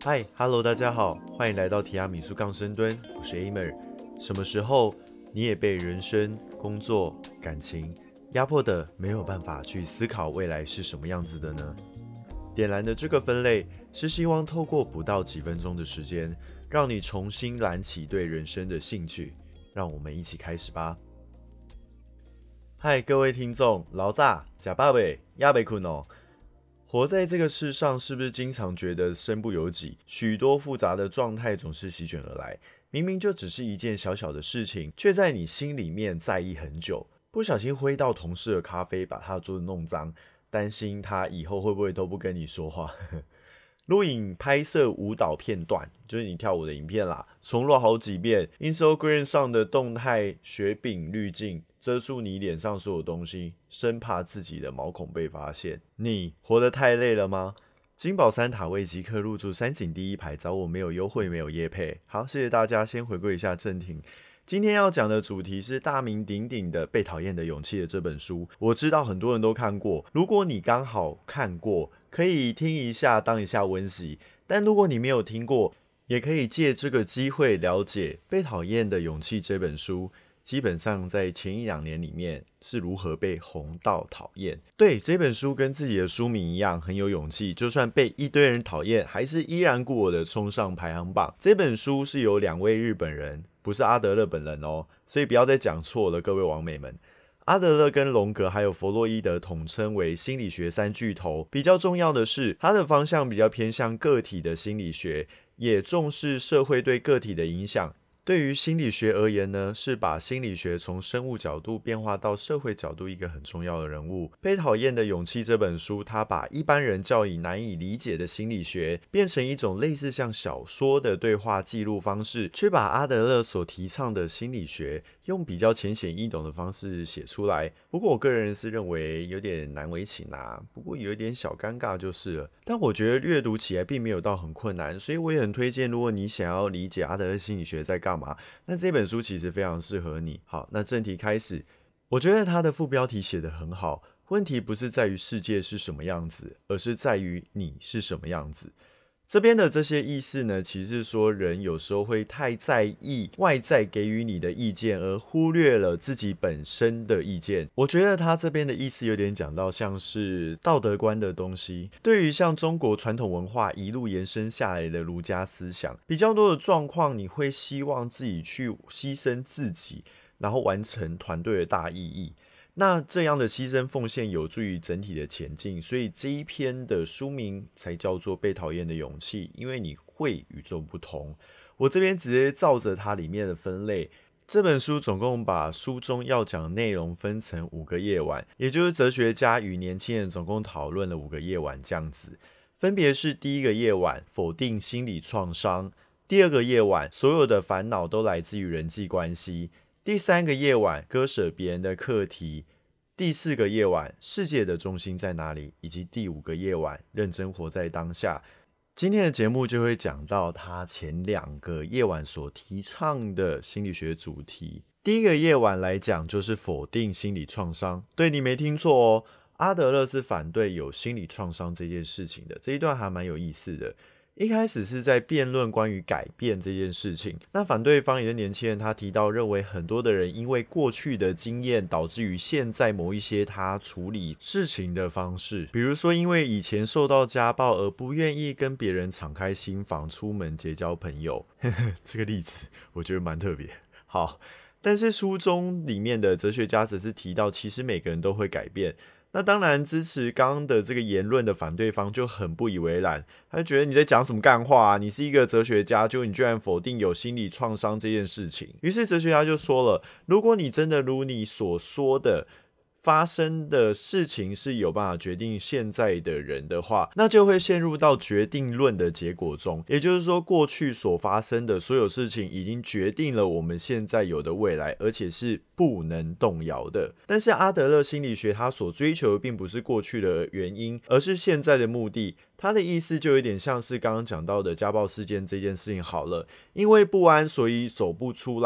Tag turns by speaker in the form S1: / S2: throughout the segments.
S1: 嗨，Hello，大家好，欢迎来到提亚米苏杠深蹲，我是 Amer。什么时候你也被人生、工作、感情压迫的没有办法去思考未来是什么样子的呢？点燃的这个分类是希望透过不到几分钟的时间，让你重新燃起对人生的兴趣。让我们一起开始吧。嗨，各位听众，老早假爸贝亚贝困哦。活在这个世上，是不是经常觉得身不由己，许多复杂的状态总是席卷而来？明明就只是一件小小的事情，却在你心里面在意很久。不小心挥到同事的咖啡，把他的桌子弄脏，担心他以后会不会都不跟你说话。录影拍摄舞蹈片段，就是你跳舞的影片啦，重录好几遍。Instagram 上的动态雪饼滤镜遮住你脸上所有东西，生怕自己的毛孔被发现。你活得太累了吗？金宝山塔位即刻入住山景第一排，找我没有优惠，没有业配。好，谢谢大家。先回归一下正题。今天要讲的主题是大名鼎鼎的《被讨厌的勇气》的这本书，我知道很多人都看过。如果你刚好看过，可以听一下当一下温习；但如果你没有听过，也可以借这个机会了解《被讨厌的勇气》这本书。基本上在前1-2年里面是如何被红到讨厌。对，这本书跟自己的书名一样，很有勇气，就算被一堆人讨厌，还是依然故我的冲上排行榜。这本书是由2位日本人，不是阿德勒本人哦，所以不要再讲错了，各位网美们。阿德勒跟荣格还有弗洛伊德统称为心理学3巨头。比较重要的是，它的方向比较偏向个体的心理学，也重视社会对个体的影响。对于心理学而言呢，是把心理学从生物角度变化到社会角度一个很重要的人物。被讨厌的勇气这本书，它把一般人较以难以理解的心理学，变成一种类似像小说的对话记录方式，却把阿德勒所提倡的心理学，用比较浅显易懂的方式写出来。不过我个人是认为有点难为情啦，不过有一点小尴尬就是了。但我觉得阅读起来并没有到很困难，所以我也很推荐，如果你想要理解阿德勒心理学在干嘛，那这本书其实非常适合你。好，那正题开始。我觉得它的副标题写得很好，问题不是在于世界是什么样子，而是在于你是什么样子。这边的这些意思呢，其实是说人有时候会太在意外在给予你的意见，而忽略了自己本身的意见。我觉得他这边的意思有点讲到像是道德观的东西，对于像中国传统文化一路延伸下来的儒家思想，比较多的状况你会希望自己去牺牲自己，然后完成团队的大意义。那这样的牺牲奉献有助于整体的前进，所以这一篇的书名才叫做《被讨厌的勇气》，因为你会与众不同。我这边直接照着它里面的分类，这本书总共把书中要讲的内容分成5个夜晚，也就是哲学家与年轻人总共讨论了5个夜晚这样子，分别是第1个夜晚否定心理创伤，第2个夜晚所有的烦恼都来自于人际关系，第3个夜晚割舍别人的课题，第4个夜晚世界的中心在哪里，以及第5个夜晚认真活在当下。今天的节目就会讲到他前2个夜晚所提倡的心理学主题。第1个夜晚来讲就是否定心理创伤，对，你没听错哦，阿德勒是反对有心理创伤这件事情的。这一段还蛮有意思的。一开始是在辩论关于改变这件事情，那反对方也是年轻人，他提到认为很多的人因为过去的经验导致于现在某一些他处理事情的方式，比如说因为以前受到家暴而不愿意跟别人敞开心房出门结交朋友这个例子我觉得蛮特别。好，但是书中里面的哲学家则是提到其实每个人都会改变。那当然支持刚刚的这个言论的反对方就很不以为然，他就觉得你在讲什么干话啊，你是一个哲学家，就你居然否定有心理创伤这件事情。于是哲学家就说了，如果你真的如你所说的发生的事情是有办法决定现在的人的话，那就会陷入到决定论的结果中，也就是说过去所发生的所有事情已经决定了我们现在有的未来，而且是不能动摇的。但是阿德勒心理学他所追求的并不是过去的原因，而是现在的目的。他的意思就有点像是刚刚讲到的家暴事件这件事情好了，因为不安所以走不出来，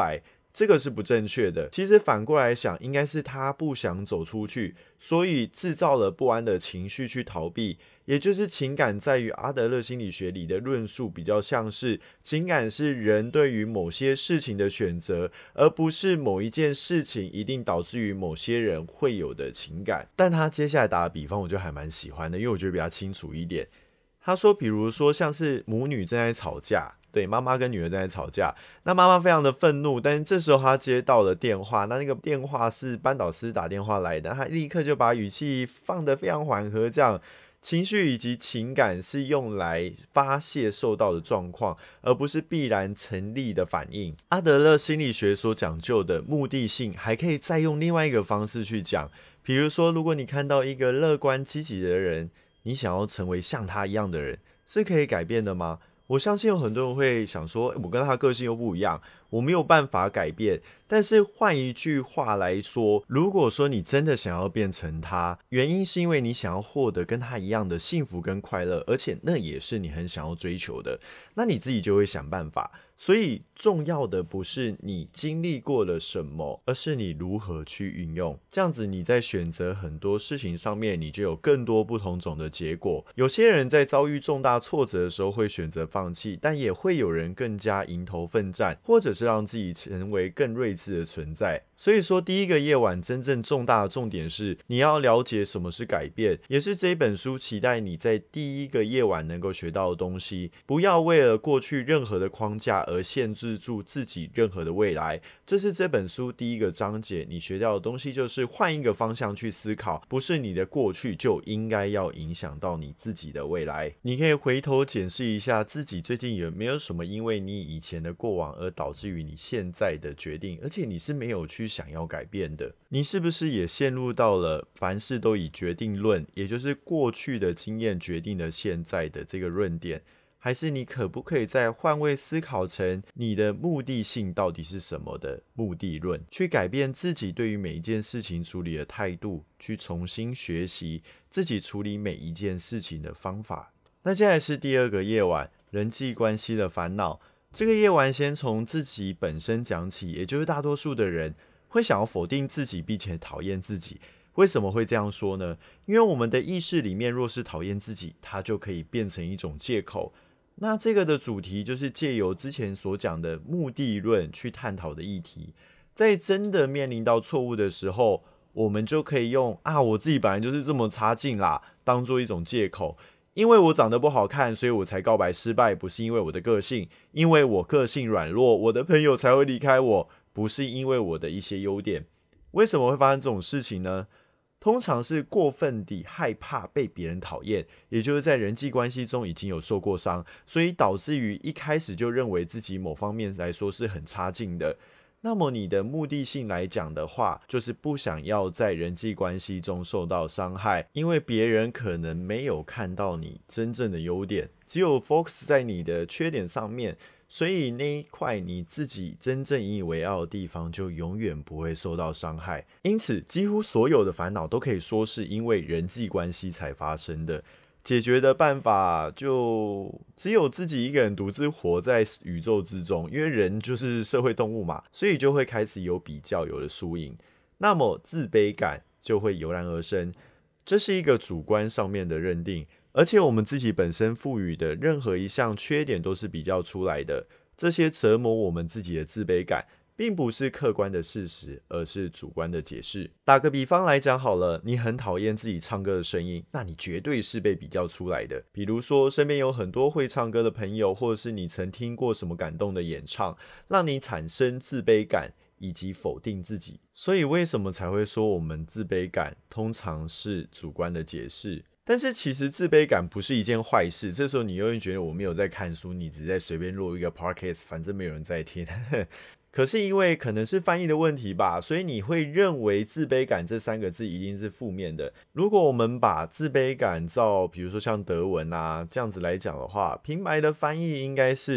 S1: 这个是不正确的。其实反过来想，应该是他不想走出去，所以制造了不安的情绪去逃避。也就是情感在于阿德勒心理学里的论述比较像是情感是人对于某些事情的选择，而不是某一件事情一定导致于某些人会有的情感。但他接下来打的比方我就还蛮喜欢的，因为我觉得比较清楚一点。他说比如说像是母女正在吵架，对，妈妈跟女儿正在吵架，那妈妈非常的愤怒，但是这时候她接到了电话，那个电话是班导师打电话来的，她立刻就把语气放得非常缓和，这样情绪以及情感是用来发泄受到的状况，而不是必然成立的反应。阿德勒心理学所讲究的目的性还可以再用另外一个方式去讲，比如说如果你看到一个乐观积极的人，你想要成为像他一样的人，是可以改变的吗？我相信有很多人会想说，我跟他个性又不一样，我没有办法改变。但是换一句话来说，如果说你真的想要变成他，原因是因为你想要获得跟他一样的幸福跟快乐，而且那也是你很想要追求的，那你自己就会想办法。所以重要的不是你经历过了什么，而是你如何去运用。这样子你在选择很多事情上面，你就有更多不同种的结果。有些人在遭遇重大挫折的时候会选择放弃，但也会有人更加迎头奋战，或者是让自己成为更睿智的存在。所以说第一个夜晚真正重大的重点是你要了解什么是改变，也是这一本书期待你在第一个夜晚能够学到的东西。不要为了过去任何的框架而限制住自己任何的未来，这是这本书第一个章节，你学到的东西就是换一个方向去思考，不是你的过去就应该要影响到你自己的未来。你可以回头检视一下自己最近有没有什么因为你以前的过往而导致于你现在的决定，而且你是没有去想要改变的。你是不是也陷入到了凡事都以决定论，也就是过去的经验决定了现在的这个论点？还是你可不可以再换位思考成你的目的性到底是什么的目的论，去改变自己对于每一件事情处理的态度，去重新学习自己处理每一件事情的方法。那接下来是第二个夜晚，人际关系的烦恼。这个夜晚先从自己本身讲起，也就是大多数的人会想要否定自己并且讨厌自己。为什么会这样说呢？因为我们的意识里面若是讨厌自己，它就可以变成一种借口。那这个的主题就是借由之前所讲的目的论去探讨的议题，在真的面临到错误的时候，我们就可以用我自己本来就是这么差劲啦，当做一种借口。因为我长得不好看，所以我才告白失败，不是因为我的个性。因为我个性软弱，我的朋友才会离开我，不是因为我的一些优点。为什么会发生这种事情呢？通常是过分地害怕被别人讨厌，也就是在人际关系中已经有受过伤，所以导致于一开始就认为自己某方面来说是很差劲的。那么你的目的性来讲的话，就是不想要在人际关系中受到伤害，因为别人可能没有看到你真正的优点，只有 focus 在你的缺点上面，所以那一块你自己真正引以为傲的地方就永远不会受到伤害。因此几乎所有的烦恼都可以说是因为人际关系才发生的。解决的办法就只有自己一个人独自活在宇宙之中，因为人就是社会动物嘛，所以就会开始有比较，有了输赢，那么自卑感就会油然而生。这是一个主观上面的认定，而且我们自己本身赋予的任何一项缺点都是比较出来的，这些折磨我们自己的自卑感并不是客观的事实，而是主观的解释。打个比方来讲好了，你很讨厌自己唱歌的声音，那你绝对是被比较出来的。比如说身边有很多会唱歌的朋友，或者是你曾听过什么感动的演唱，让你产生自卑感以及否定自己。所以为什么才会说我们自卑感通常是主观的解释？但是其实自卑感不是一件坏事，这时候你又会觉得我没有在看书，你只在随便录一个 podcast， 反正没有人在听可是因为可能是翻译的问题吧，所以你会认为自卑感这三个字一定是负面的。如果我们把自卑感照比如说像德文这样子来讲的话，平白的翻译应该是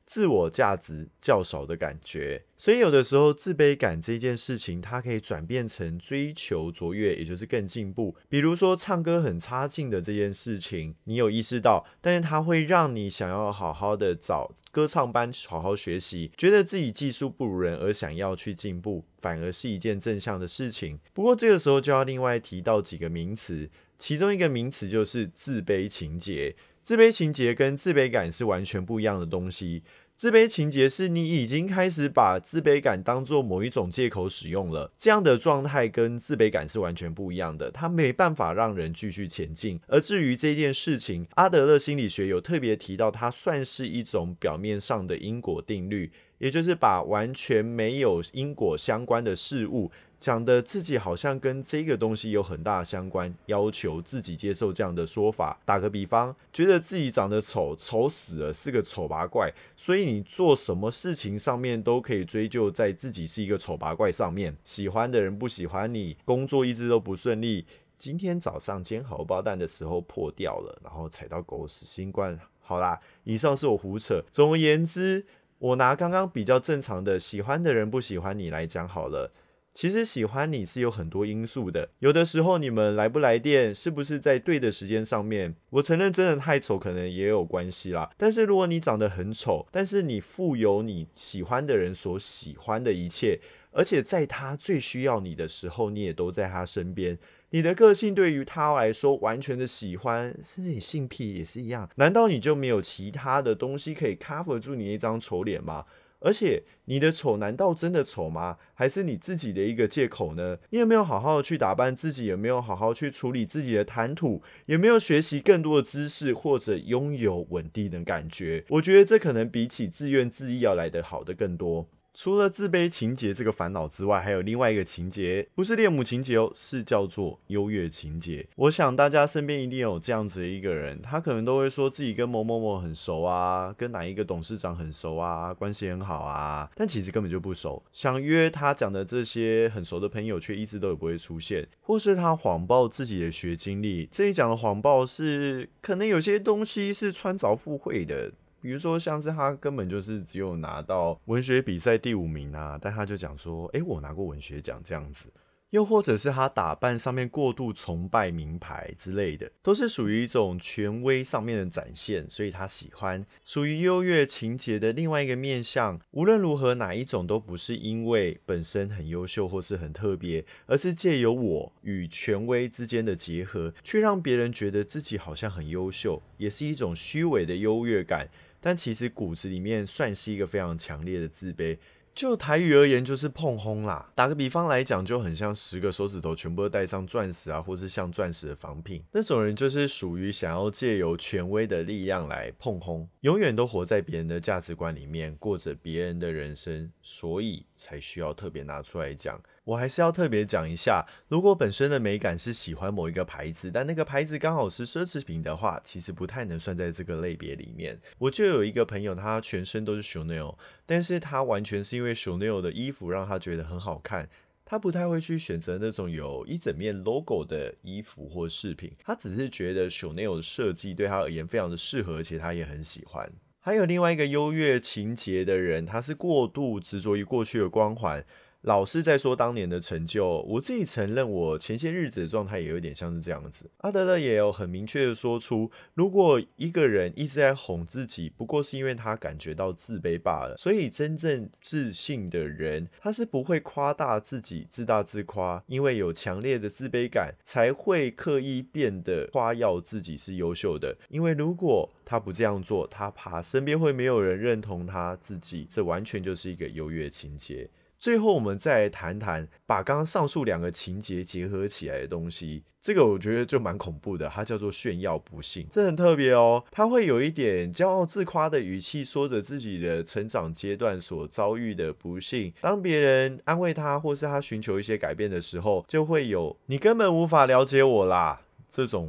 S1: 自我价值较少的感觉。所以有的时候自卑感这件事情，它可以转变成追求卓越，也就是更进步。比如说唱歌很差劲的这件事情，你有意识到，但是它会让你想要好好的找歌唱班好好学习，觉得自己技术不如人而想要去进步，反而是一件正向的事情。不过这个时候就要另外提到几个名词，其中一个名词就是自卑情结。自卑情结跟自卑感是完全不一样的东西。自卑情结是你已经开始把自卑感当作某一种借口使用了，这样的状态跟自卑感是完全不一样的，它没办法让人继续前进。而至于这件事情，阿德勒心理学有特别提到，它算是一种表面上的因果定律，也就是把完全没有因果相关的事物讲的自己好像跟这个东西有很大的相关，要求自己接受这样的说法。打个比方，觉得自己长得丑，丑死了，是个丑八怪，所以你做什么事情上面都可以追究在自己是一个丑八怪上面。喜欢的人不喜欢你，工作一直都不顺利，今天早上煎荷包蛋的时候破掉了，然后踩到狗屎，新冠。好啦，以上是我胡扯。总而言之，我拿刚刚比较正常的喜欢的人不喜欢你来讲好了。其实喜欢你是有很多因素的，有的时候你们来不来电，是不是在对的时间上面，我承认真的太丑可能也有关系啦。但是如果你长得很丑，但是你富有你喜欢的人所喜欢的一切，而且在他最需要你的时候，你也都在他身边，你的个性对于他来说完全的喜欢，甚至你性癖也是一样，难道你就没有其他的东西可以 cover 住你那张丑脸吗？而且你的丑难道真的丑吗？还是你自己的一个借口呢？你有没有好好的去打扮自己？有没有好好去处理自己的谈吐？有没有学习更多的知识，或者拥有稳定的感觉？我觉得这可能比起自怨自艾要来得好的更多。除了自卑情节这个烦恼之外，还有另外一个情节，不是恋母情节哦，是叫做优越情节。我想大家身边一定有这样子的一个人，他可能都会说自己跟某某某很熟啊，跟哪一个董事长很熟啊，关系很好啊，但其实根本就不熟。想约他讲的这些很熟的朋友，却一直都也不会出现，或是他谎报自己的学经历。这里讲的谎报是可能有些东西是穿凿附会的。比如说像是他根本就是只有拿到文学比赛第5名啊，但他就讲说我拿过文学奖这样子。又或者是他打扮上面过度崇拜名牌之类的，都是属于一种权威上面的展现，所以他喜欢，属于优越情节的另外一个面向。无论如何，哪一种都不是因为本身很优秀或是很特别，而是借由我与权威之间的结合，去让别人觉得自己好像很优秀，也是一种虚伪的优越感，但其实骨子里面算是一个非常强烈的自卑。就台语而言，就是碰轰啦。打个比方来讲，就很像10个手指头全部都戴上钻石啊，或是像钻石的仿品。那种人就是属于想要借由权威的力量来碰轰，永远都活在别人的价值观里面，过着别人的人生，所以才需要特别拿出来讲。我还是要特别讲一下，如果本身的美感是喜欢某一个牌子，但那个牌子刚好是奢侈品的话，其实不太能算在这个类别里面。我就有一个朋友，他全身都是 Chanel， 但是他完全是因为 Chanel 的衣服让他觉得很好看，他不太会去选择那种有一整面 logo 的衣服或饰品，他只是觉得 Chanel 的设计对他而言非常的适合，而且他也很喜欢。还有另外一个优越情节的人，他是过度执着于过去的光环，老是在说当年的成就。我自己承认我前些日子的状态也有点像是这样子。阿德勒也有很明确的说出，如果一个人一直在哄自己，不过是因为他感觉到自卑罢了。所以真正自信的人，他是不会夸大自己，自大自夸，因为有强烈的自卑感才会刻意变得夸耀自己是优秀的。因为如果他不这样做，他怕身边会没有人认同他自己，这完全就是一个优越情节。最后我们再来谈谈把刚刚上述2个情节结合起来的东西，这个我觉得就蛮恐怖的，它叫做炫耀不幸。这很特别哦，他会有一点骄傲自夸的语气，说着自己的成长阶段所遭遇的不幸。当别人安慰他或是他寻求一些改变的时候，就会有你根本无法了解我啦这种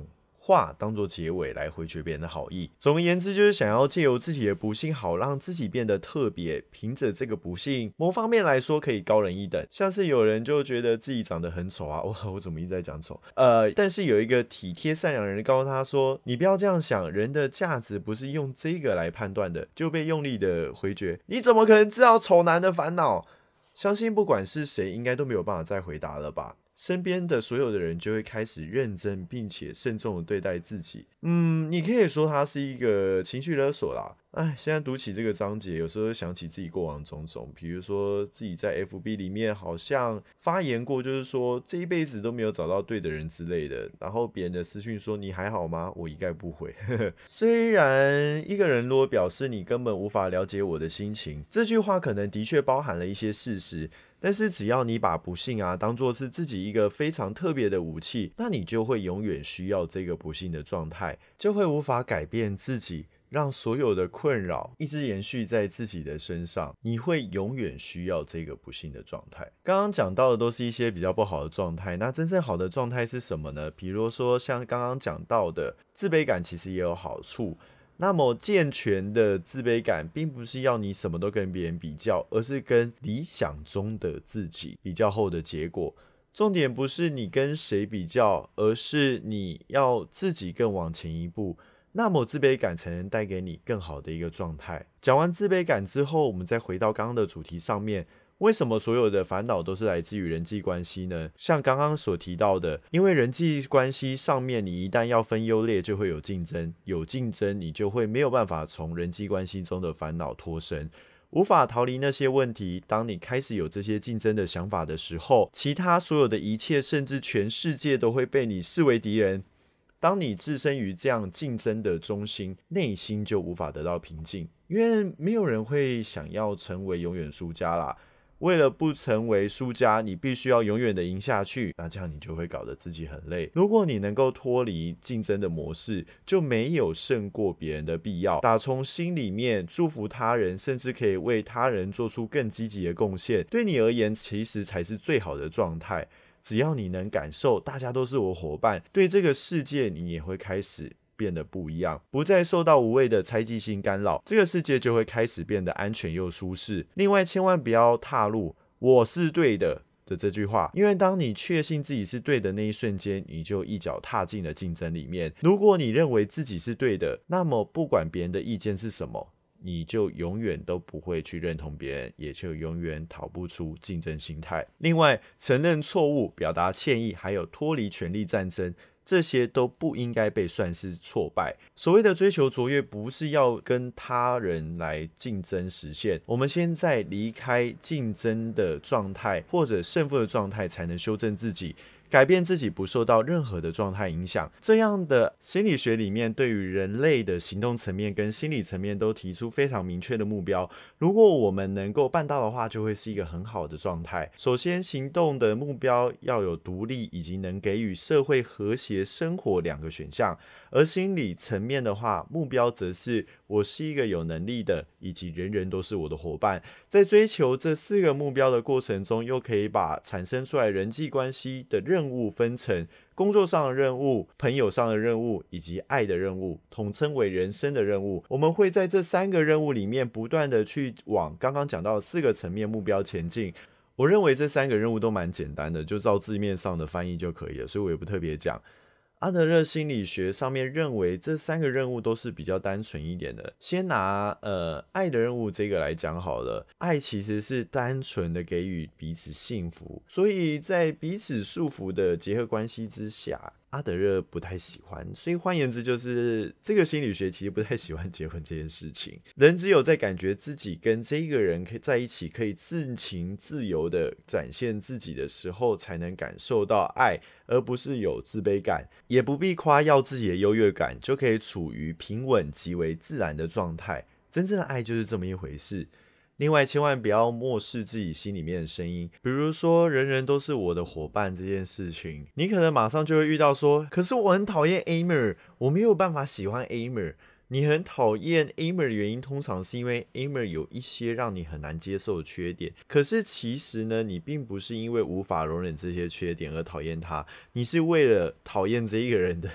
S1: 话当作结尾来回绝别人的好意。总而言之，就是想要借由自己的不幸，好让自己变得特别，凭着这个不幸，某方面来说可以高人一等。像是有人就觉得自己长得很丑啊，我怎么一直在讲丑？但是有一个体贴善良的人告诉他说，你不要这样想，人的价值不是用这个来判断的，就被用力的回绝。你怎么可能知道丑男的烦恼？相信不管是谁，应该都没有办法再回答了吧。身边的所有的人就会开始认真并且慎重的对待自己。你可以说它是一个情绪勒索啦。现在读起这个章节，有时候想起自己过往种种，比如说自己在 FB 里面好像发言过，就是说这一辈子都没有找到对的人之类的，然后别人的私讯说你还好吗？我一概不回。虽然一个人如果表示你根本无法了解我的心情，这句话可能的确包含了一些事实，但是只要你把不幸当作是自己一个非常特别的武器，那你就会永远需要这个不幸的状态，就会无法改变自己，让所有的困扰一直延续在自己的身上，你会永远需要这个不幸的状态。刚刚讲到的都是一些比较不好的状态，那真正好的状态是什么呢？比如说像刚刚讲到的自卑感其实也有好处。那么健全的自卑感并不是要你什么都跟别人比较，而是跟理想中的自己比较后的结果。重点不是你跟谁比较，而是你要自己更往前一步，那么自卑感才能带给你更好的一个状态。讲完自卑感之后，我们再回到刚刚的主题上面，为什么所有的烦恼都是来自于人际关系呢？像刚刚所提到的，因为人际关系上面你一旦要分优劣，就会有竞争，有竞争你就会没有办法从人际关系中的烦恼脱身，无法逃离那些问题。当你开始有这些竞争的想法的时候，其他所有的一切，甚至全世界都会被你视为敌人。当你置身于这样竞争的中心，内心就无法得到平静，因为没有人会想要成为永远输家啦。为了不成为输家，你必须要永远的赢下去，那这样你就会搞得自己很累。如果你能够脱离竞争的模式，就没有胜过别人的必要。打从心里面祝福他人，甚至可以为他人做出更积极的贡献，对你而言其实才是最好的状态。只要你能感受大家都是我伙伴，对这个世界你也会开始变得不一样，不再受到无谓的猜忌性干扰，这个世界就会开始变得安全又舒适。另外，千万不要踏入我是对的这句话，因为当你确信自己是对的那一瞬间，你就一脚踏进了竞争里面。如果你认为自己是对的，那么不管别人的意见是什么，你就永远都不会去认同别人，也就永远逃不出竞争心态。另外，承认错误、表达歉意，还有脱离权力战争，这些都不应该被算是挫败。所谓的追求卓越，不是要跟他人来竞争实现，我们现在离开竞争的状态或者胜负的状态，才能修正自己，改变自己，不受到任何的状态影响。这样的心理学里面对于人类的行动层面跟心理层面都提出非常明确的目标，如果我们能够办到的话，就会是一个很好的状态。首先，行动的目标要有独立以及能给予社会和谐生活两个选项，而心理层面的话，目标则是我是一个有能力的，以及人人都是我的伙伴。在追求这4个目标的过程中，又可以把产生出来人际关系的任务分成工作上的任务、朋友上的任务以及爱的任务，统称为人生的任务。我们会在这3个任务里面不断的去往刚刚讲到的4个层面目标前进。我认为这3个任务都蛮简单的，就照字面上的翻译就可以了，所以我也不特别讲。阿德勒心理学上面认为这3个任务都是比较单纯一点的。先拿爱的任务这个来讲好了，爱其实是单纯的给予彼此幸福，所以在彼此束缚的结合关系之下，阿德勒不太喜欢，所以换言之就是这个心理学其实不太喜欢结婚这件事情。人只有在感觉自己跟这个人在一起可以自情自由的展现自己的时候，才能感受到爱，而不是有自卑感，也不必夸耀自己的优越感，就可以处于平稳极为自然的状态。真正的爱就是这么一回事。另外，千万不要漠视自己心里面的声音，比如说人人都是我的伙伴这件事情，你可能马上就会遇到说，可是我很讨厌 Amer， 我没有办法喜欢 Amer。你很讨厌 Amer 的原因，通常是因为 Amer 有一些让你很难接受的缺点。可是其实呢，你并不是因为无法容忍这些缺点而讨厌他，你是为了讨厌这一个人的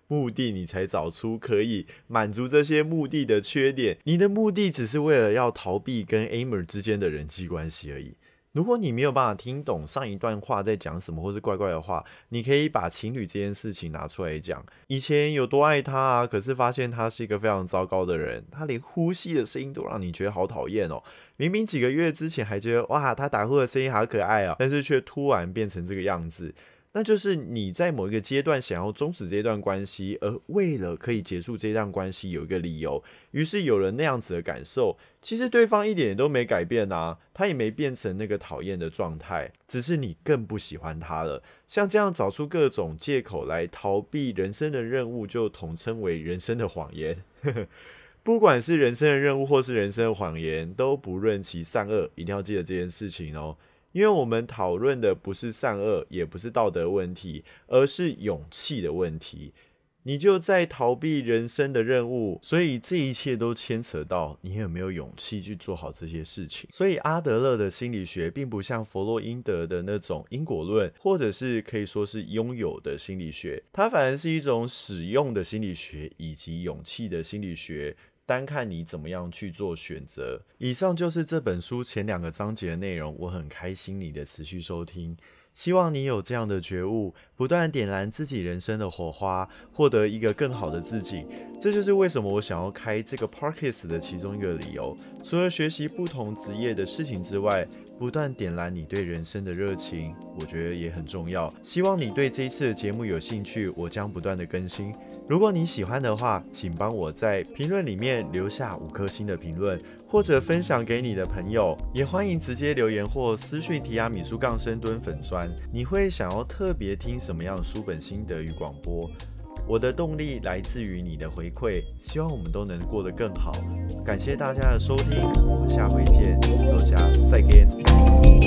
S1: 目的，你才找出可以满足这些目的的缺点。你的目的只是为了要逃避跟 Amer 之间的人际关系而已。如果你没有办法听懂上一段话在讲什么，或是怪怪的话，你可以把情侣这件事情拿出来讲。以前有多爱他啊，可是发现他是一个非常糟糕的人，他连呼吸的声音都让你觉得好讨厌哦。明明几个月之前还觉得哇，他打呼的声音好可爱哦，但是却突然变成这个样子。那就是你在某一个阶段想要终止这段关系，而为了可以结束这段关系有一个理由，于是有了那样子的感受。其实对方一点都没改变啊，他也没变成那个讨厌的状态，只是你更不喜欢他了。像这样找出各种借口来逃避人生的任务，就统称为人生的谎言。不管是人生的任务或是人生的谎言，都不论其善恶，一定要记得这件事情哦。因为我们讨论的不是善恶，也不是道德问题，而是勇气的问题。你就在逃避人生的任务，所以这一切都牵扯到你有没有勇气去做好这些事情。所以阿德勒的心理学并不像弗洛伊德的那种因果论，或者是可以说是拥有的心理学，它反而是一种使用的心理学以及勇气的心理学。单看你怎么样去做选择。以上就是这本书前2个章节的内容，我很开心你的持续收听，希望你有这样的觉悟，不断点燃自己人生的火花，获得一个更好的自己。这就是为什么我想要开这个 Podcast 的其中一个理由。除了学习不同职业的事情之外，不断点燃你对人生的热情，我觉得也很重要。希望你对这一次的节目有兴趣，我将不断的更新。如果你喜欢的话，请帮我在评论里面留下5颗星的评论，或者分享给你的朋友。也欢迎直接留言或私讯提亚米苏杠深蹲粉专，你会想要特别听什么样的书本心得与广播？我的动力来自于你的回馈，希望我们都能过得更好。感谢大家的收听，我们下回见，大家再见。